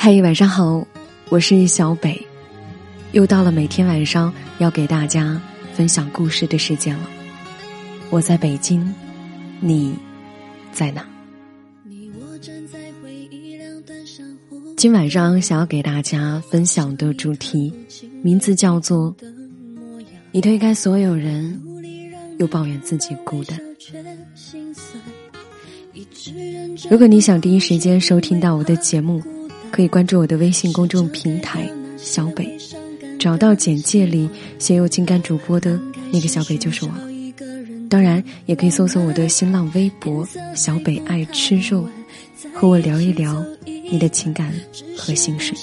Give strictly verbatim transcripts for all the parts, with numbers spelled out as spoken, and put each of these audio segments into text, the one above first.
嘿，晚上好，我是小北，又到了每天晚上要给大家分享故事的时间了。我在北京，你在哪？今晚上想要给大家分享的主题名字叫做你推开所有人，又抱怨自己孤单。如果你想第一时间收听到我的节目，可以关注我的微信公众平台小北，找到简介里写有情感主播的那个小北就是我了。当然也可以搜索我的新浪微博小北爱吃肉，和我聊一聊你的情感和心事。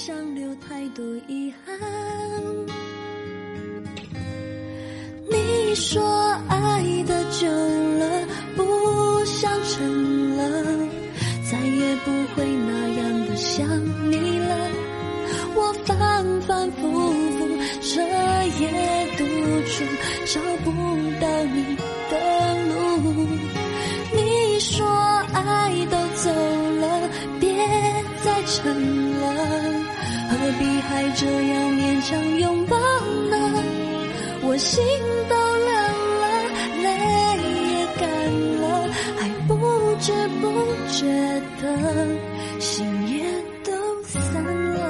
你说爱的久了，不想沉了，再也不会那样的想你了。我反反复复，彻夜独处，找不到你的路。你说爱都走了，别再沉了，何必还这样勉强拥抱呢？我心都冷了，泪也干了，还不知不觉的心也都散了。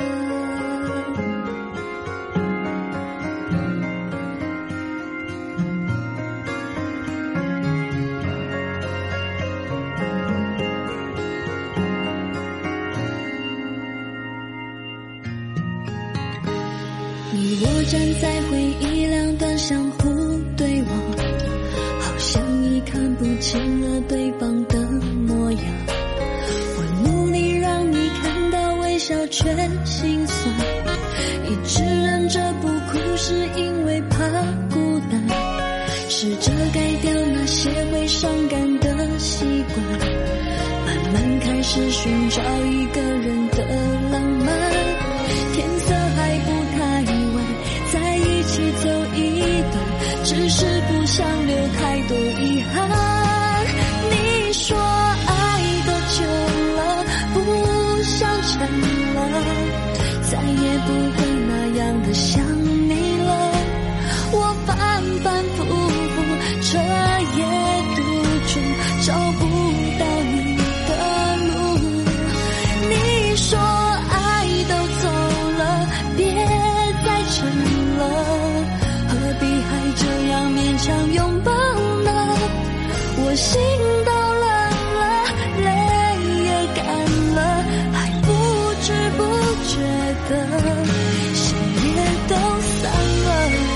你我站在回忆两端相互对望，好像已看不清了对方的模样。我努力让你看到微笑却心酸，一直忍着不哭是因为怕孤单，试着改掉那些会伤感的习惯，慢慢开始寻找一个人的浪漫。天色还不太晚，在一起走一段，只是不想留太多遗憾。你说爱的久了，不想沉了，再也不会那样的想你了。我反反复复，彻夜独处，找不到你的路。你说爱都走了，别再沉了，何必还这样勉强拥抱呢？我心都冷了，泪也干了，还不知不觉的心也都散了。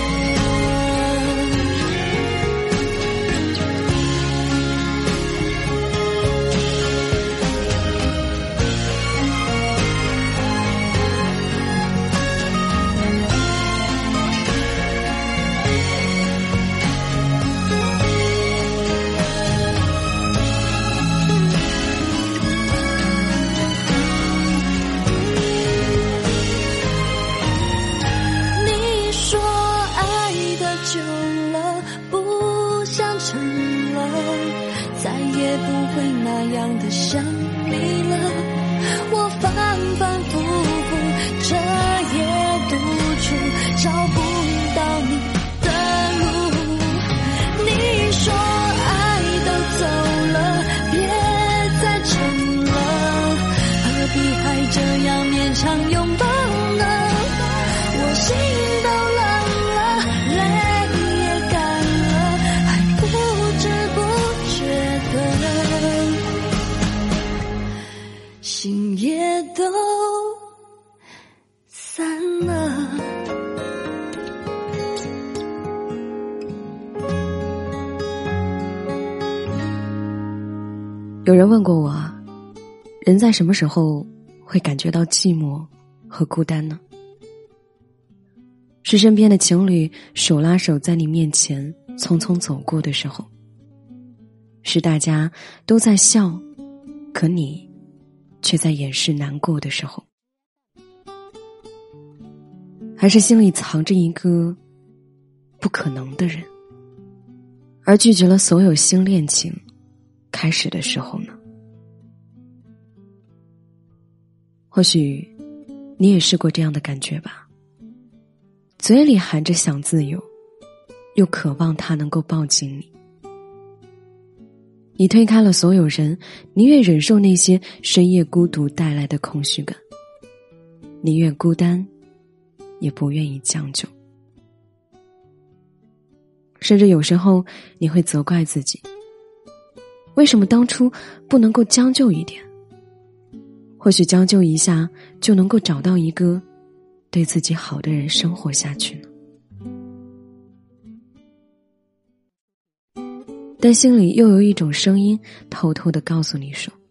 再也不会那样的想你了。我反反复复，彻夜独处，找不到你的路。你说爱都走了，别再沉了，何必还这样勉强拥抱呢？我心都冷了，泪也干了，还不知不觉心也都散了。 有人问过我啊，人在什么时候会感觉到寂寞和孤单呢？是身边的情侣手拉手在你面前匆匆走过的时候，是大家都在笑，可你却在掩饰难过的时候，还是心里藏着一个不可能的人，而拒绝了所有新恋情开始的时候呢？ 或许你也试过这样的感觉吧，嘴里喊着想自由，又渴望他能够抱紧你。你推开了所有人，宁愿忍受那些深夜孤独带来的空虚感，宁愿孤单，也不愿意将就。甚至有时候你会责怪自己，为什么当初不能够将就一点？或许将就一下就能够找到一个对自己好的人生活下去呢。但心里又有一种声音偷偷地告诉你说，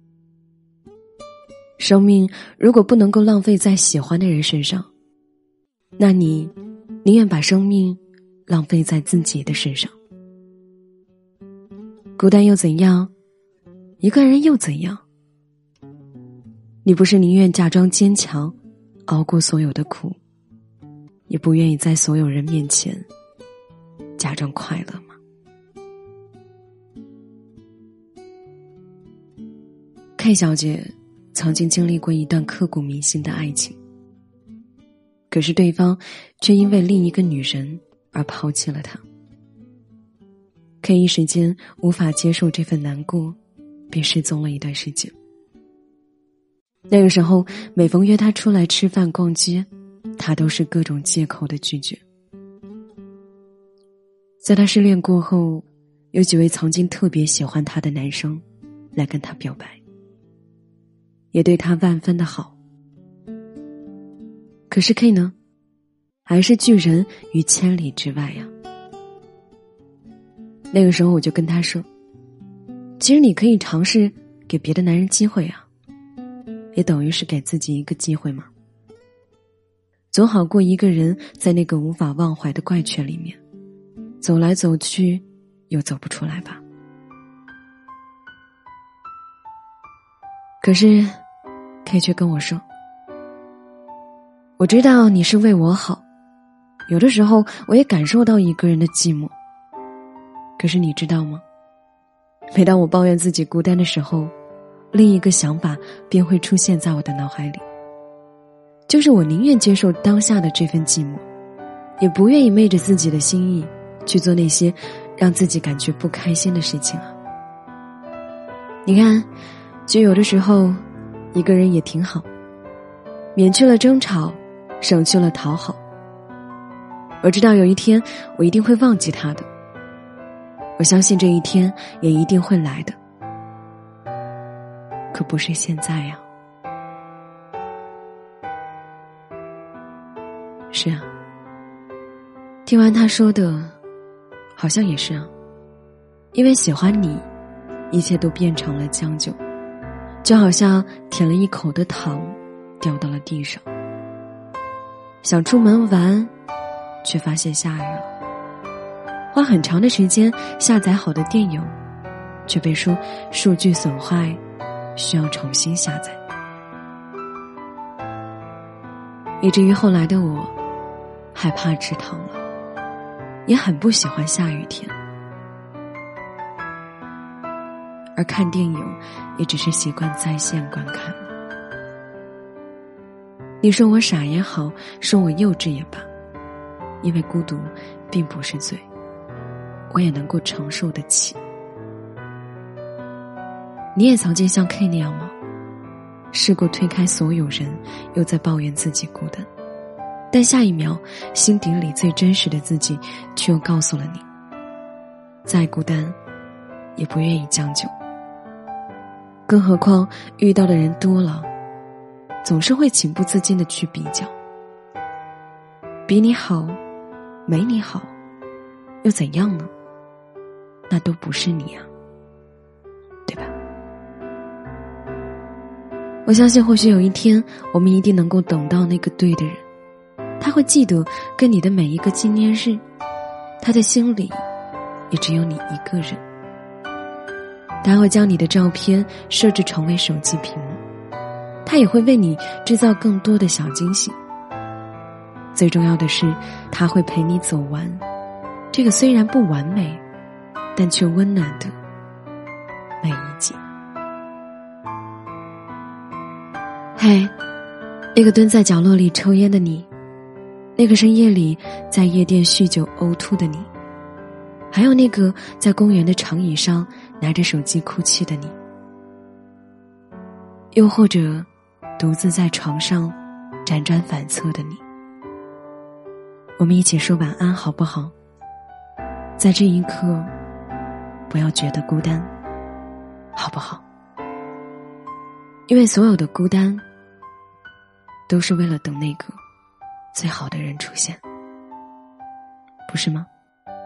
生命如果不能够浪费在喜欢的人身上，那你宁愿把生命浪费在自己的身上。孤单又怎样？一个人又怎样？你不是宁愿假装坚强，熬过所有的苦，也不愿意在所有人面前假装快乐吗？ K 小姐曾经经历过一段刻骨铭心的爱情，可是对方却因为另一个女人而抛弃了她。K 一时间无法接受这份难过，便失踪了一段时间。那个时候每逢约他出来吃饭逛街，他都是各种借口的拒绝。在他失恋过后，有几位曾经特别喜欢他的男生来跟他表白，也对他万分的好。可是 K 呢，还是拒人于千里之外呀。那个时候我就跟他说，其实你可以尝试给别的男人机会啊，也等于是给自己一个机会嘛，总好过一个人在那个无法忘怀的怪圈里面走来走去又走不出来吧。可是 K 却跟我说，我知道你是为我好，有的时候我也感受到一个人的寂寞，可是你知道吗，每当我抱怨自己孤单的时候，另一个想法便会出现在我的脑海里，就是我宁愿接受当下的这份寂寞，也不愿意昧着自己的心意去做那些让自己感觉不开心的事情啊。你看，就有的时候一个人也挺好，免去了争吵，省去了讨好。我知道有一天我一定会忘记他的，我相信这一天也一定会来的，可不是现在呀。是啊，听完他说的，好像也是啊。因为喜欢你，一切都变成了将就，就好像舔了一口的糖掉到了地上，想出门玩，却发现下雨了。花很长的时间下载好的电影，却被说数据损坏，需要重新下载。以至于后来的我害怕吃糖了，也很不喜欢下雨天，而看电影也只是习惯在线观看。你说我傻也好，说我幼稚也罢，因为孤独并不是罪，我也能够承受得起。你也曾经像 K 那样吗？试过推开所有人，又在抱怨自己孤单，但下一秒心底里最真实的自己却又告诉了你，再孤单也不愿意将就。更何况遇到的人多了，总是会情不自禁地去比较，比你好没你好又怎样呢？那都不是你啊，对吧？我相信或许有一天我们一定能够等到那个对的人，他会记得跟你的每一个纪念日，他的心里也只有你一个人。他会将你的照片设置成为手机屏幕，他也会为你制造更多的小惊喜。最重要的是，他会陪你走完这个虽然不完美但却温暖的每一集。 嘿，那个蹲在角落里抽烟的你，那个深夜里在夜店酗酒呕吐的你，还有那个在公园的长椅上拿着手机哭泣的你，又或者独自在床上辗转反侧的你，我们一起说晚安好不好？在这一刻不要觉得孤单，好不好？因为所有的孤单都是为了等那个最好的人出现，不是吗？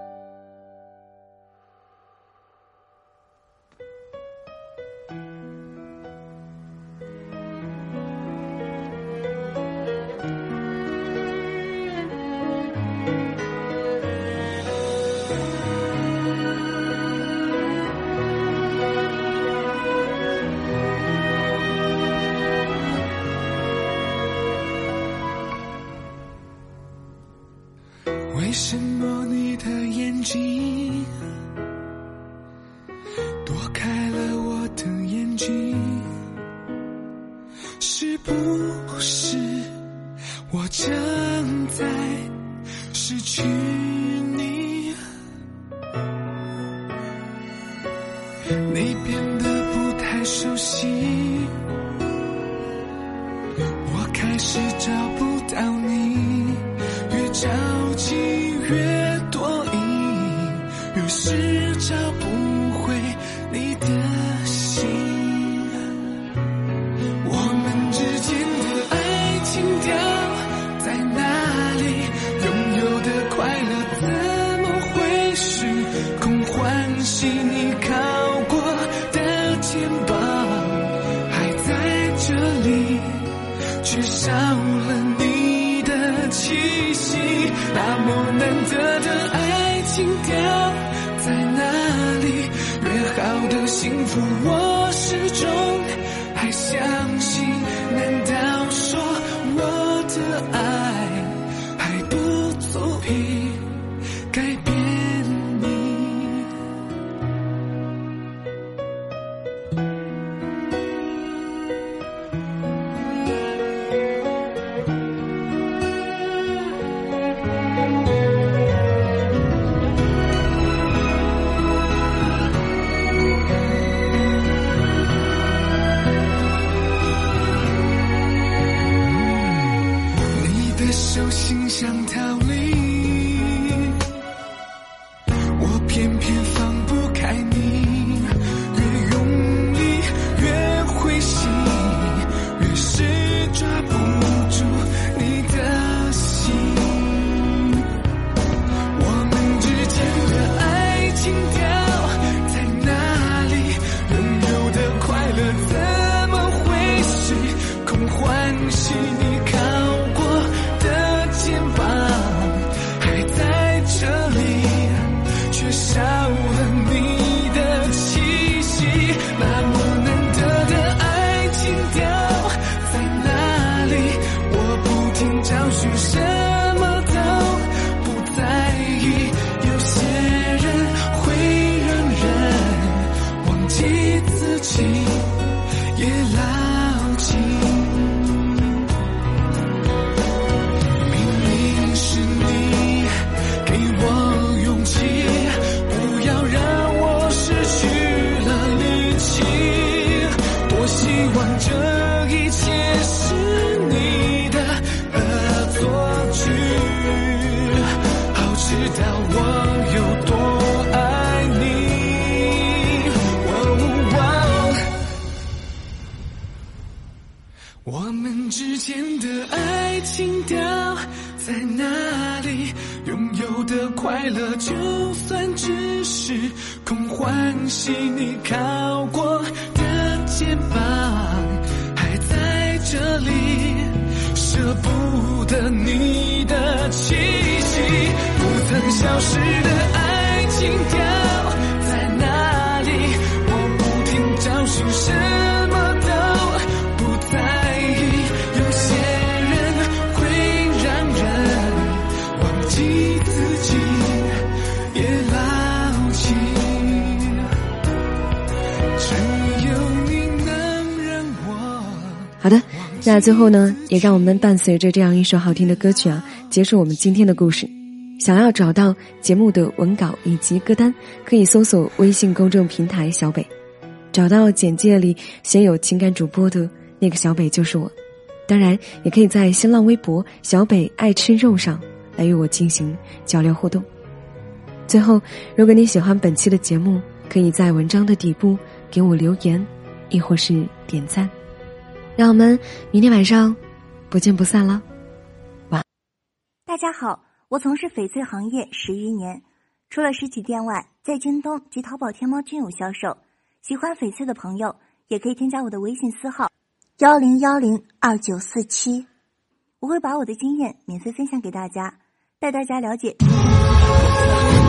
为什么你的眼睛躲开了我的眼睛？是不是我正在失去你？你变得不太熟悉，我开始找不到你，越着急越多疑，越是找不回你的心。我们之间的爱情掉在哪里？拥有的快乐怎么会是空欢喜？你靠过的肩膀还在这里，却少了你的气息。那么难得的爱情掉在哪里？约好的幸福我始终还相信，难道说我的爱还不足以改变你？手心想逃离，我偏偏放不开你，越用力越灰心，越是抓不住你的心。我们之间的爱情掉在哪里？拥有的快乐怎么会是空欢喜？你靠肩膀还在这里，却少了你的气息。那么难得的爱情掉在哪里？我不停找寻，什么都不在意。有些人会让人忘记自己，也牢记。这一切是你的恶作剧，好知道我有多爱你。哦哦，我们之间的爱情掉在哪里？拥有的快乐就算只是空欢喜，你靠过的肩膀这里，舍不得你的气息。不曾消失的爱情掉在哪里？我不停找寻，什么都不在意。有些人会让人忘记自己，也牢记。只有你能让我好的， 那最后呢，也让我们伴随着这样一首好听的歌曲啊，结束我们今天的故事。想要找到节目的文稿以及歌单，可以搜索微信公众平台小北，找到简介里写有情感主播的那个小北就是我。当然也可以在新浪微博小北爱吃肉上来与我进行交流互动。最后，如果你喜欢本期的节目，可以在文章的底部给我留言，亦或是点赞。让我们明天晚上不见不散了。晚安。 大家好，我从事翡翠行业十余年，除了实体店外，在京东及淘宝、天猫均有销售。喜欢翡翠的朋友也可以添加我的微信私号幺零幺零二九四七，我会把我的经验免费分享给大家，带大家了解。